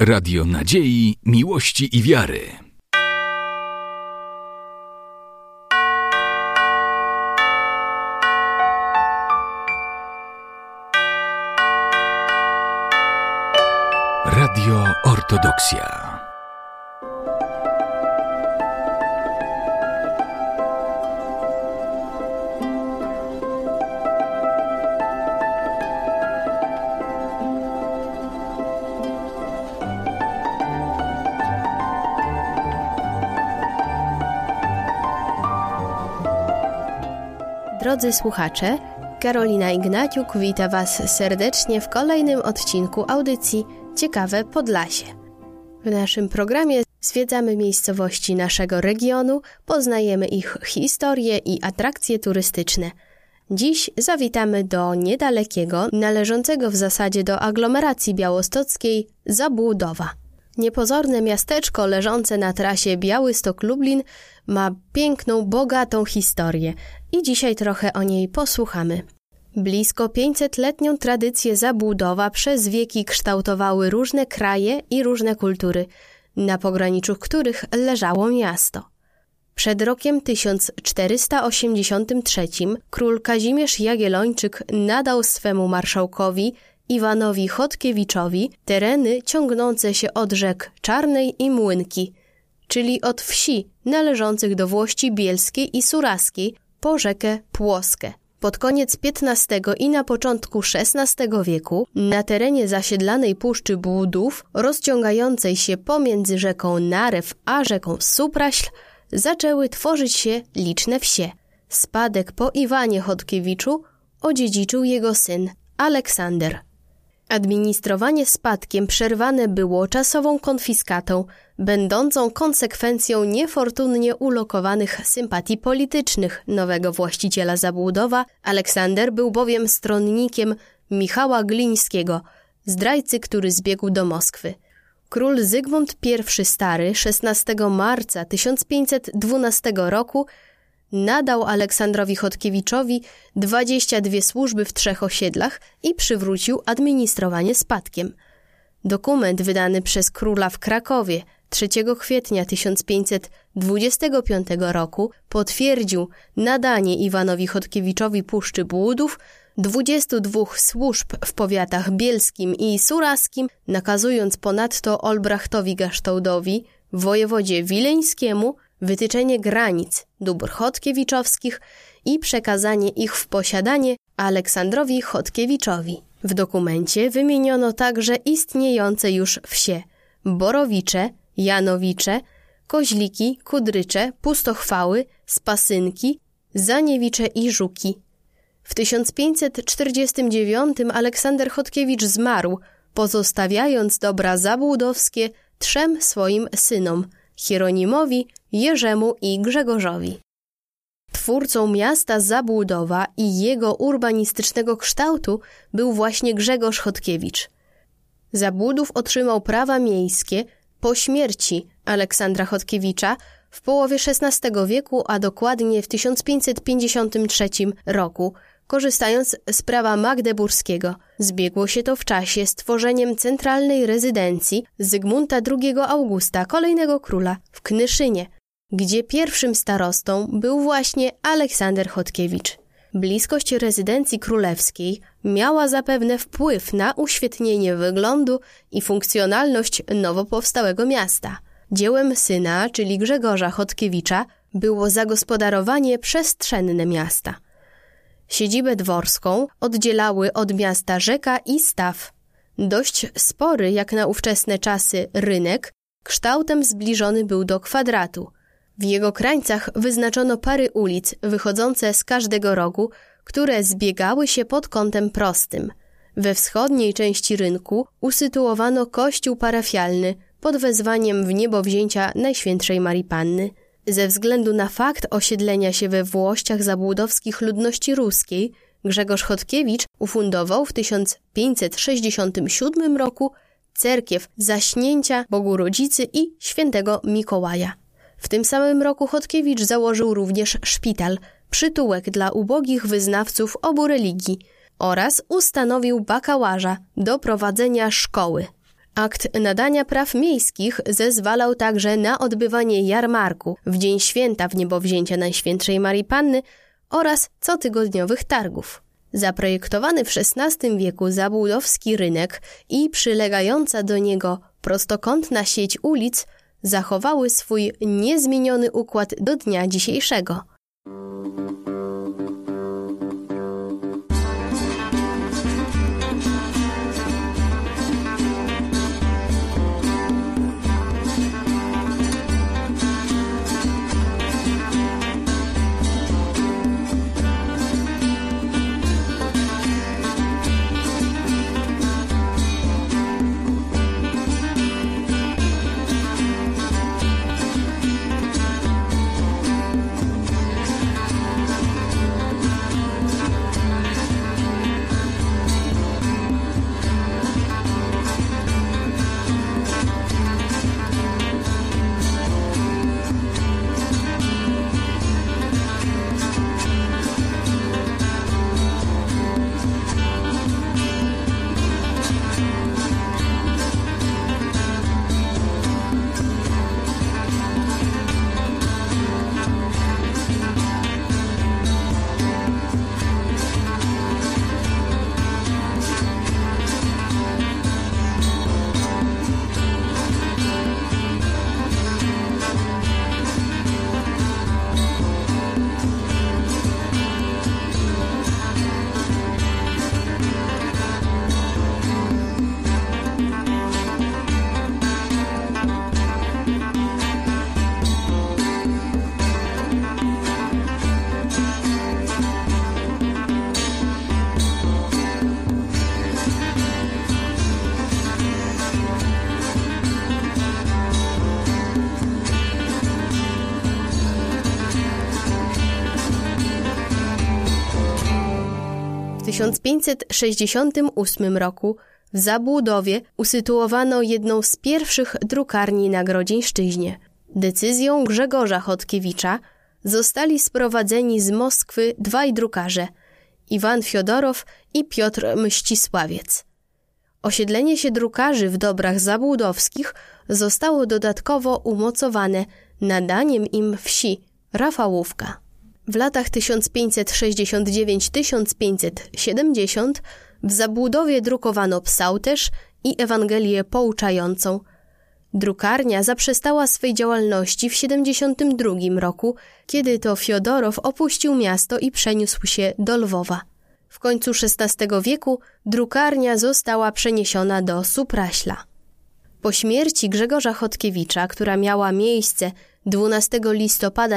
Radio Nadziei, Miłości i Wiary. Radio Ortodoksja. Drodzy słuchacze, Karolina Ignaciuk wita Was serdecznie w kolejnym odcinku audycji Ciekawe Podlasie. W naszym programie zwiedzamy miejscowości naszego regionu, poznajemy ich historię i atrakcje turystyczne. Dziś zawitamy do niedalekiego, należącego w zasadzie do aglomeracji białostockiej, Zabłudowa. Niepozorne miasteczko leżące na trasie Białystok-Lublin ma piękną, bogatą historię i dzisiaj trochę o niej posłuchamy. Blisko 500-letnią tradycję Zabłudowa przez wieki kształtowały różne kraje i różne kultury, na pograniczu których leżało miasto. Przed rokiem 1483 król Kazimierz Jagiellończyk nadał swemu marszałkowi Iwanowi Chodkiewiczowi tereny ciągnące się od rzek Czarnej i Młynki, czyli od wsi należących do Włości Bielskiej i Suraskiej po rzekę Płoskę. Pod koniec XV i na początku XVI wieku na terenie zasiedlanej Puszczy Błudów, rozciągającej się pomiędzy rzeką Narew a rzeką Supraśl, zaczęły tworzyć się liczne wsie. Spadek po Iwanie Chodkiewiczu odziedziczył jego syn Aleksander. Administrowanie spadkiem przerwane było czasową konfiskatą, będącą konsekwencją niefortunnie ulokowanych sympatii politycznych nowego właściciela Zabłudowa. Aleksander był bowiem stronnikiem Michała Glińskiego, zdrajcy, który zbiegł do Moskwy. Król Zygmunt I Stary 16 marca 1512 roku nadał Aleksandrowi Chodkiewiczowi 22 służby w 3 osiedlach i przywrócił administrowanie spadkiem. Dokument wydany przez króla w Krakowie 3 kwietnia 1525 roku potwierdził nadanie Iwanowi Chodkiewiczowi Puszczy Błudów 22 służb w powiatach bielskim i suraskim, nakazując ponadto Olbrachtowi Gasztaudowi, wojewodzie wileńskiemu, wytyczenie granic dóbr chodkiewiczowskich i przekazanie ich w posiadanie Aleksandrowi Chodkiewiczowi. W dokumencie wymieniono także istniejące już wsie Borowicze, Janowicze, Koźliki, Kudrycze, Pustochwały, Spasynki, Zaniewicze i Żuki. W 1549 Aleksander Chodkiewicz zmarł, pozostawiając dobra zabłudowskie 3 swoim synom – Hieronimowi, Jerzemu i Grzegorzowi. Twórcą miasta Zabłudowa i jego urbanistycznego kształtu był właśnie Grzegorz Chodkiewicz. Zabłudów otrzymał prawa miejskie po śmierci Aleksandra Chodkiewicza w połowie XVI wieku, a dokładnie w 1553 roku, korzystając z prawa magdeburskiego. Zbiegło się to w czasie z tworzeniem centralnej rezydencji Zygmunta II Augusta, kolejnego króla, w Knyszynie, gdzie pierwszym starostą był właśnie Aleksander Chodkiewicz. Bliskość rezydencji królewskiej miała zapewne wpływ na uświetnienie wyglądu i funkcjonalność nowo powstałego miasta. Dziełem syna, czyli Grzegorza Chodkiewicza, było zagospodarowanie przestrzenne miasta. Siedzibę dworską oddzielały od miasta rzeka i staw. Dość spory, jak na ówczesne czasy, rynek kształtem zbliżony był do kwadratu. W jego krańcach wyznaczono pary ulic wychodzące z każdego rogu, które zbiegały się pod kątem prostym. We wschodniej części rynku usytuowano kościół parafialny pod wezwaniem wniebowzięcia Najświętszej Marii Panny. Ze względu na fakt osiedlenia się we Włościach zabłudowskich ludności ruskiej, Grzegorz Chodkiewicz ufundował w 1567 roku cerkiew Zaśnięcia Bogu Rodzicy i Świętego Mikołaja. W tym samym roku Chodkiewicz założył również szpital, przytułek dla ubogich wyznawców obu religii oraz ustanowił bakałaża do prowadzenia szkoły. Akt nadania praw miejskich zezwalał także na odbywanie jarmarku w dzień święta Wniebowzięcia Najświętszej Marii Panny oraz cotygodniowych targów. Zaprojektowany w XVI wieku zabudowski rynek i przylegająca do niego prostokątna sieć ulic zachowały swój niezmieniony układ do dnia dzisiejszego. W 1568 roku w Zabłudowie usytuowano jedną z pierwszych drukarni na Grodzieńszczyźnie. Decyzją Grzegorza Chodkiewicza zostali sprowadzeni z Moskwy dwaj drukarze, Iwan Fiodorow i Piotr Mścisławiec. Osiedlenie się drukarzy w Dobrach Zabłudowskich zostało dodatkowo umocowane nadaniem im wsi Rafałówka. W latach 1569-1570 w Zabłudowie drukowano psałterz i Ewangelię pouczającą. Drukarnia zaprzestała swej działalności w 1972 roku, kiedy to Fiodorow opuścił miasto i przeniósł się do Lwowa. W końcu XVI wieku drukarnia została przeniesiona do Supraśla. Po śmierci Grzegorza Chodkiewicza, która miała miejsce 12 listopada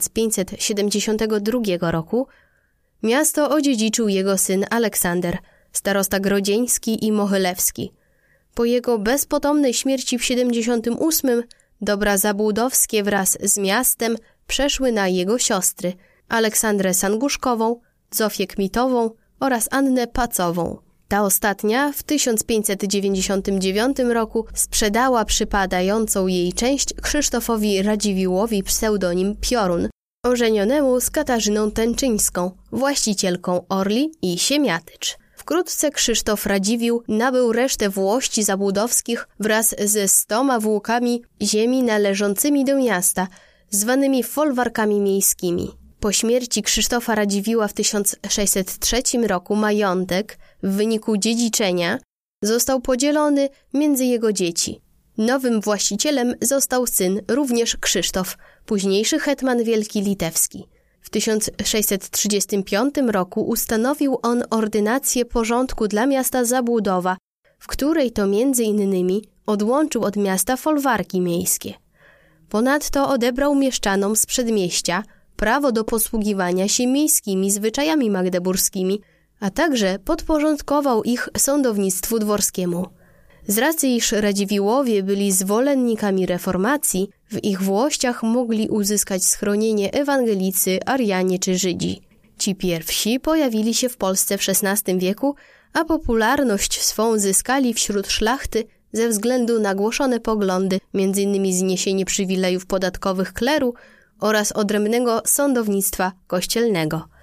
1572 roku, miasto odziedziczył jego syn Aleksander, starosta grodzieński i mochylewski. Po jego bezpotomnej śmierci w 78 dobra zabłudowskie wraz z miastem przeszły na jego siostry, Aleksandrę Sanguszkową, Zofię Kmitową oraz Annę Pacową. Ta ostatnia w 1599 roku sprzedała przypadającą jej część Krzysztofowi Radziwiłłowi pseudonim Piorun, ożenionemu z Katarzyną Tęczyńską, właścicielką Orli i Siemiatycz. Wkrótce Krzysztof Radziwiłł nabył resztę włości zabłudowskich wraz ze 100 włókami ziemi należącymi do miasta, zwanymi folwarkami miejskimi. Po śmierci Krzysztofa Radziwiłła w 1603 roku majątek w wyniku dziedziczenia został podzielony między jego dzieci. Nowym właścicielem został syn, również Krzysztof, późniejszy hetman wielki litewski. W 1635 roku ustanowił on ordynację porządku dla miasta Zabłudowa, w której to między innymi odłączył od miasta folwarki miejskie. Ponadto odebrał mieszczanom z przedmieścia prawo do posługiwania się miejskimi zwyczajami magdeburskimi, a także podporządkował ich sądownictwu dworskiemu. Z racji, iż Radziwiłłowie byli zwolennikami reformacji, w ich włościach mogli uzyskać schronienie ewangelicy, Arianie czy Żydzi. Ci pierwsi pojawili się w Polsce w XVI wieku, a popularność swą zyskali wśród szlachty ze względu na głoszone poglądy, m.in. zniesienie przywilejów podatkowych kleru oraz odrębnego sądownictwa kościelnego.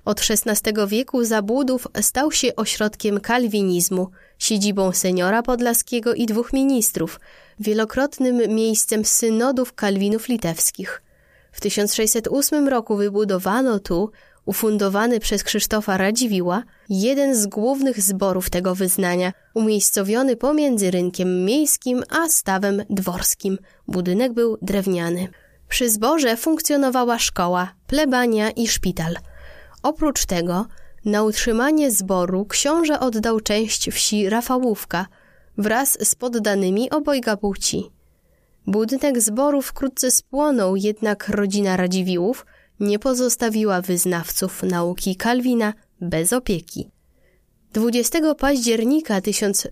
Od XVI wieku Zabłudów stał się ośrodkiem kalwinizmu, siedzibą seniora podlaskiego i 2 ministrów, wielokrotnym miejscem synodów kalwinów litewskich. W 1608 roku wybudowano tu, ufundowany przez Krzysztofa Radziwiłła, jeden z głównych zborów tego wyznania, umiejscowiony pomiędzy rynkiem miejskim a stawem dworskim. Budynek był drewniany. Przy zborze funkcjonowała szkoła, plebania i szpital. Oprócz tego na utrzymanie zboru książę oddał część wsi Rafałówka wraz z poddanymi obojga płci. Budynek zboru wkrótce spłonął, jednak rodzina Radziwiłłów nie pozostawiła wyznawców nauki Kalwina bez opieki. 20 października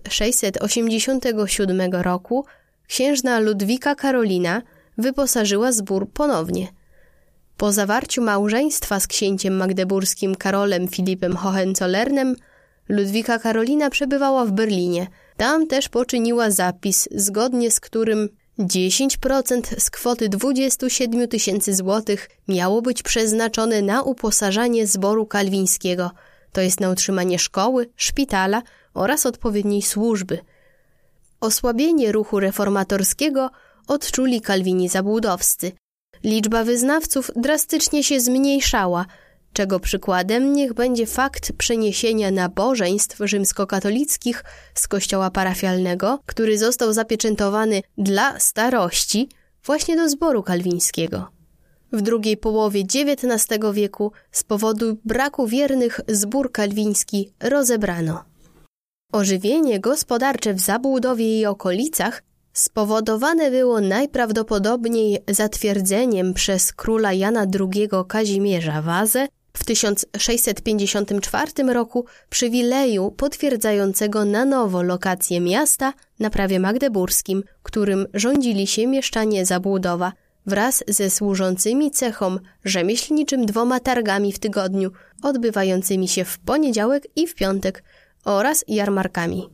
1687 roku księżna Ludwika Karolina wyposażyła zbór ponownie. Po zawarciu małżeństwa z księciem magdeburskim Karolem Filipem Hohenzollernem Ludwika Karolina przebywała w Berlinie. Tam też poczyniła zapis, zgodnie z którym 10% z kwoty 27 000 złotych miało być przeznaczone na uposażanie zboru kalwińskiego, to jest na utrzymanie szkoły, szpitala oraz odpowiedniej służby. Osłabienie ruchu reformatorskiego odczuli kalwini zabłudowscy. Liczba wyznawców drastycznie się zmniejszała, czego przykładem niech będzie fakt przeniesienia nabożeństw rzymskokatolickich z kościoła parafialnego, który został zapieczętowany dla starości, właśnie do zboru kalwińskiego. W drugiej połowie XIX wieku z powodu braku wiernych zbór kalwiński rozebrano. Ożywienie gospodarcze w Zabłudowie i okolicach spowodowane było najprawdopodobniej zatwierdzeniem przez króla Jana II Kazimierza Wazę w 1654 roku przywileju potwierdzającego na nowo lokację miasta na prawie magdeburskim, którym rządzili się mieszczanie Zabłudowa wraz ze służącymi cechom rzemieślniczym 2 targami w tygodniu, odbywającymi się w poniedziałek i w piątek oraz jarmarkami.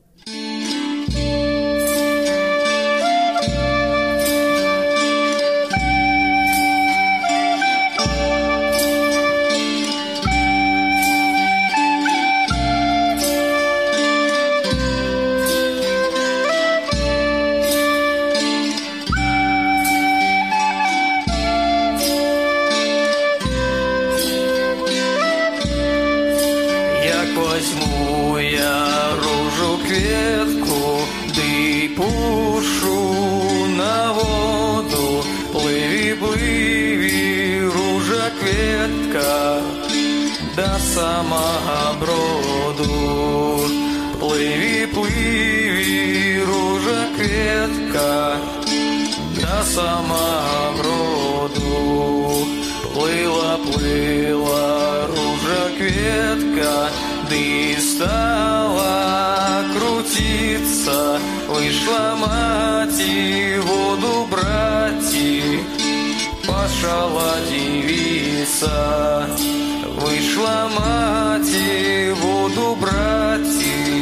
Возьму я ружу кветку, да и пушу на воду. Плыви, плыви, ружа кветка, до самого броду. Плыви, плыви, ружа кветка, до самого броду. Плыла, плыла, ружа кветка, да и стала крутиться. Вышла мать и воду брать, пошла девица. Вышла мать и воду брать,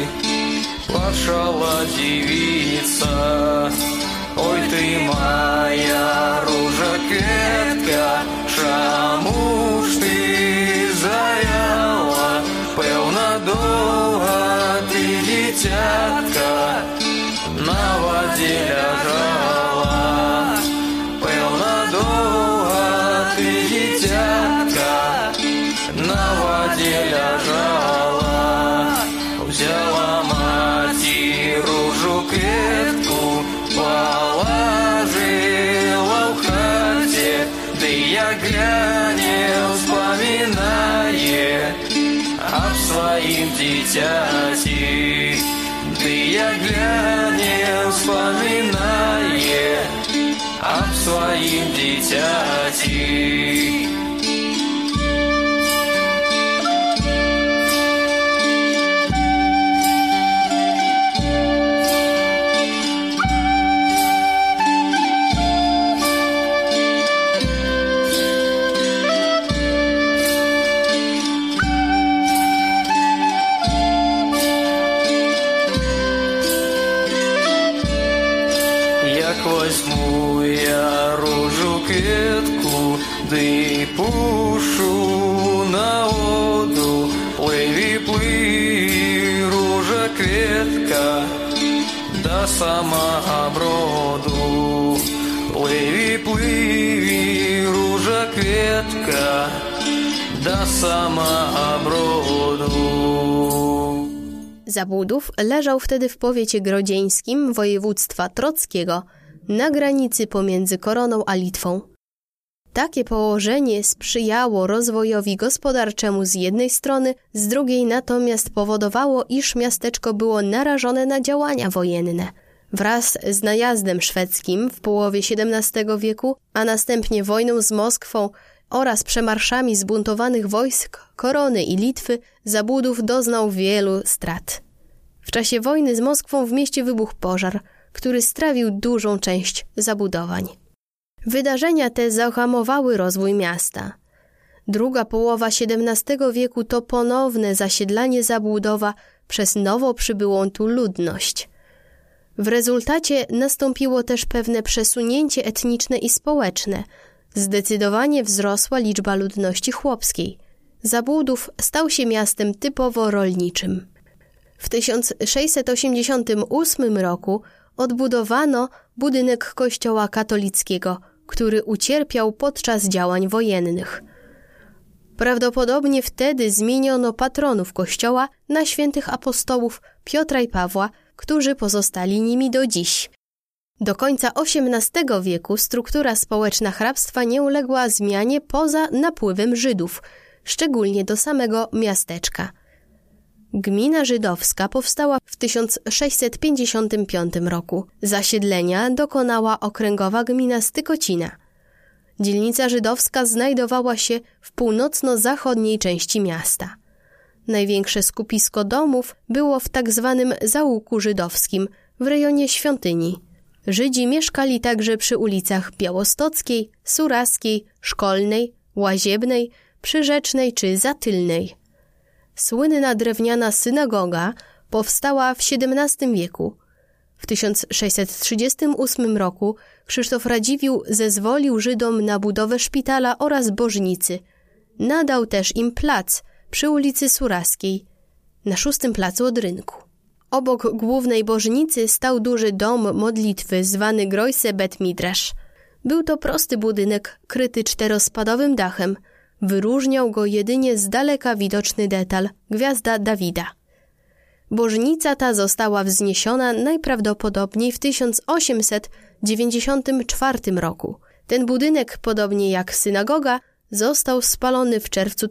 пошла девица. Ой ты моя ружа кветка, чому ж ти завяла? Певно, довго ти, дитятка, на воде лежала. Певно, довго ти, дитятка, на воде лежала. Взяла мать и ружу кветку, положила в хате, да я глянет, вспоминает об своим дитяти. Да я глянет, вспоминает об своим дитяти. Возьму я ружу кветку, да и пушу на воду. кветка до самого броду. Пливи, пливи, ружа кветка до самого броду. Zabłudów leżał wtedy w powiecie grodzieńskim województwa trockiego, na granicy pomiędzy Koroną a Litwą. Takie położenie sprzyjało rozwojowi gospodarczemu z jednej strony, z drugiej natomiast powodowało, iż miasteczko było narażone na działania wojenne. Wraz z najazdem szwedzkim w połowie XVII wieku, a następnie wojną z Moskwą oraz przemarszami zbuntowanych wojsk Korony i Litwy, Zabłudów doznał wielu strat. W czasie wojny z Moskwą w mieście wybuchł pożar, który strawił dużą część zabudowań. Wydarzenia te zahamowały rozwój miasta. Druga połowa XVII wieku to ponowne zasiedlanie Zabłudowa przez nowo przybyłą tu ludność. W rezultacie nastąpiło też pewne przesunięcie etniczne i społeczne. Zdecydowanie wzrosła liczba ludności chłopskiej. Zabłudów stał się miastem typowo rolniczym. W 1688 roku odbudowano budynek kościoła katolickiego, który ucierpiał podczas działań wojennych. Prawdopodobnie wtedy zmieniono patronów kościoła na świętych apostołów Piotra i Pawła, którzy pozostali nimi do dziś. Do końca XVIII wieku struktura społeczna hrabstwa nie uległa zmianie poza napływem Żydów, szczególnie do samego miasteczka. Gmina żydowska powstała w 1655 roku. Zasiedlenia dokonała okręgowa gmina Stykocina. Dzielnica żydowska znajdowała się w północno-zachodniej części miasta. Największe skupisko domów było w tak zwanym zaułku żydowskim w rejonie świątyni. Żydzi mieszkali także przy ulicach Białostockiej, Suraskiej, Szkolnej, Łaziebnej, Przyrzecznej czy Zatylnej. Słynna drewniana synagoga powstała w XVII wieku. W 1638 roku Krzysztof Radziwiłł zezwolił Żydom na budowę szpitala oraz bożnicy. Nadał też im plac przy ulicy Suraskiej, na 6. placu od rynku. Obok głównej bożnicy stał duży dom modlitwy zwany Groise Bet Midrash. Był to prosty budynek kryty czterospadowym dachem. Wyróżniał go jedynie z daleka widoczny detal – gwiazda Dawida. Bożnica ta została wzniesiona najprawdopodobniej w 1894 roku. Ten budynek, podobnie jak synagoga, został spalony w czerwcu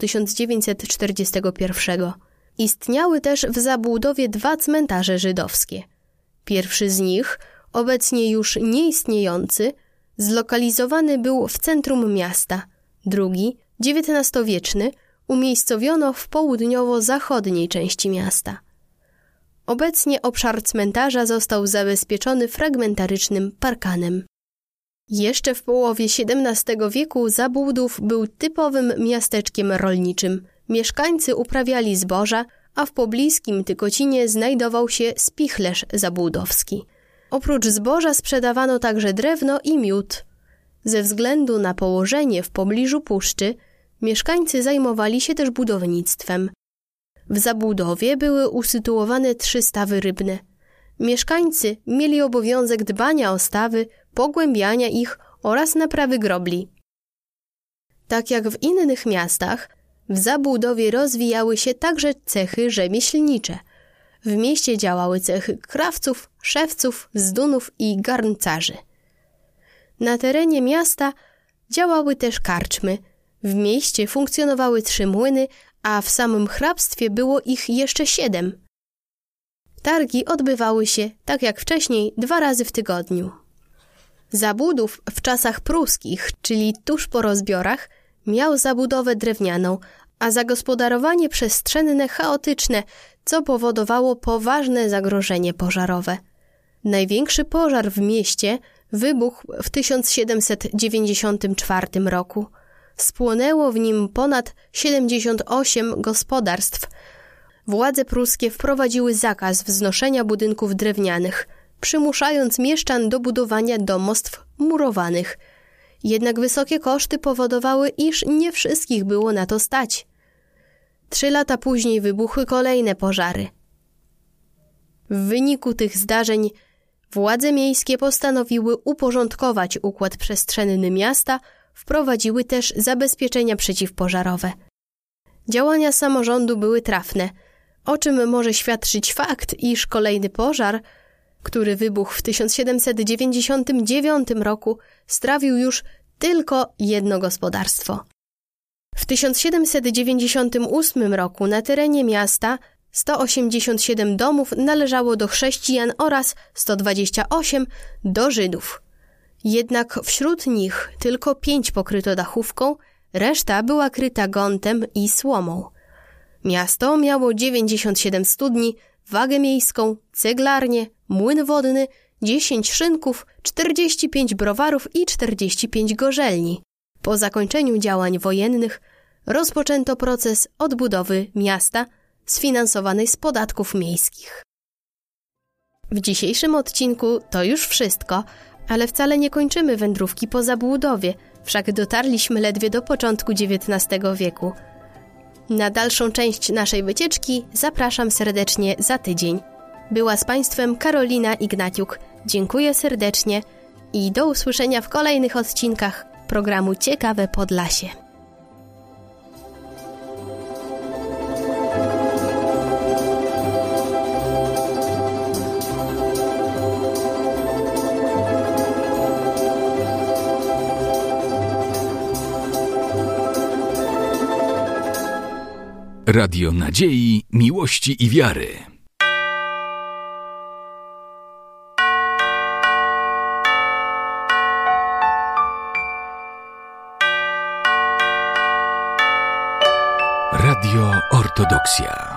1941. Istniały też w Zabłudowie 2 cmentarze żydowskie. Pierwszy z nich, obecnie już nieistniejący, zlokalizowany był w centrum miasta. Drugi, XIX-wieczny, umiejscowiono w południowo-zachodniej części miasta. Obecnie obszar cmentarza został zabezpieczony fragmentarycznym parkanem. Jeszcze w połowie XVII wieku Zabłudów był typowym miasteczkiem rolniczym. Mieszkańcy uprawiali zboża, a w pobliskim Tykocinie znajdował się spichlerz zabłudowski. Oprócz zboża sprzedawano także drewno i miód. Ze względu na położenie w pobliżu puszczy, mieszkańcy zajmowali się też budownictwem. W Zabłudowie były usytuowane 3 stawy rybne. Mieszkańcy mieli obowiązek dbania o stawy, pogłębiania ich oraz naprawy grobli. Tak jak w innych miastach, w Zabłudowie rozwijały się także cechy rzemieślnicze. W mieście działały cechy krawców, szewców, zdunów i garncarzy. Na terenie miasta działały też karczmy. W mieście funkcjonowały 3 młyny, a w samym hrabstwie było ich jeszcze 7. Targi odbywały się, tak jak wcześniej, 2 razy w tygodniu. Zabłudów w czasach pruskich, czyli tuż po rozbiorach, miał zabudowę drewnianą, a zagospodarowanie przestrzenne chaotyczne, co powodowało poważne zagrożenie pożarowe. Największy pożar w mieście wybuchł w 1794 roku. Spłonęło w nim ponad 78 gospodarstw. Władze pruskie wprowadziły zakaz wznoszenia budynków drewnianych, przymuszając mieszczan do budowania domostw murowanych. Jednak wysokie koszty powodowały, iż nie wszystkich było na to stać. 3 lata później wybuchły kolejne pożary. W wyniku tych zdarzeń władze miejskie postanowiły uporządkować układ przestrzenny miasta, wprowadziły też zabezpieczenia przeciwpożarowe. Działania samorządu były trafne, o czym może świadczyć fakt, iż kolejny pożar, który wybuchł w 1799 roku, strawił już tylko jedno gospodarstwo. W 1798 roku na terenie miasta 187 domów należało do chrześcijan oraz 128 do Żydów. Jednak wśród nich tylko 5 pokryto dachówką, reszta była kryta gontem i słomą. Miasto miało 97 studni, wagę miejską, ceglarnię, młyn wodny, 10 szynków, 45 browarów i 45 gorzelni. Po zakończeniu działań wojennych rozpoczęto proces odbudowy miasta sfinansowanej z podatków miejskich. W dzisiejszym odcinku to już wszystko, ale wcale nie kończymy wędrówki po Zabłudowie, wszak dotarliśmy ledwie do początku XIX wieku. Na dalszą część naszej wycieczki zapraszam serdecznie za tydzień. Była z Państwem Karolina Ignatiuk. Dziękuję serdecznie i do usłyszenia w kolejnych odcinkach programu Ciekawe Podlasie. Radio Nadziei, Miłości i Wiary. Radio Ortodoksja.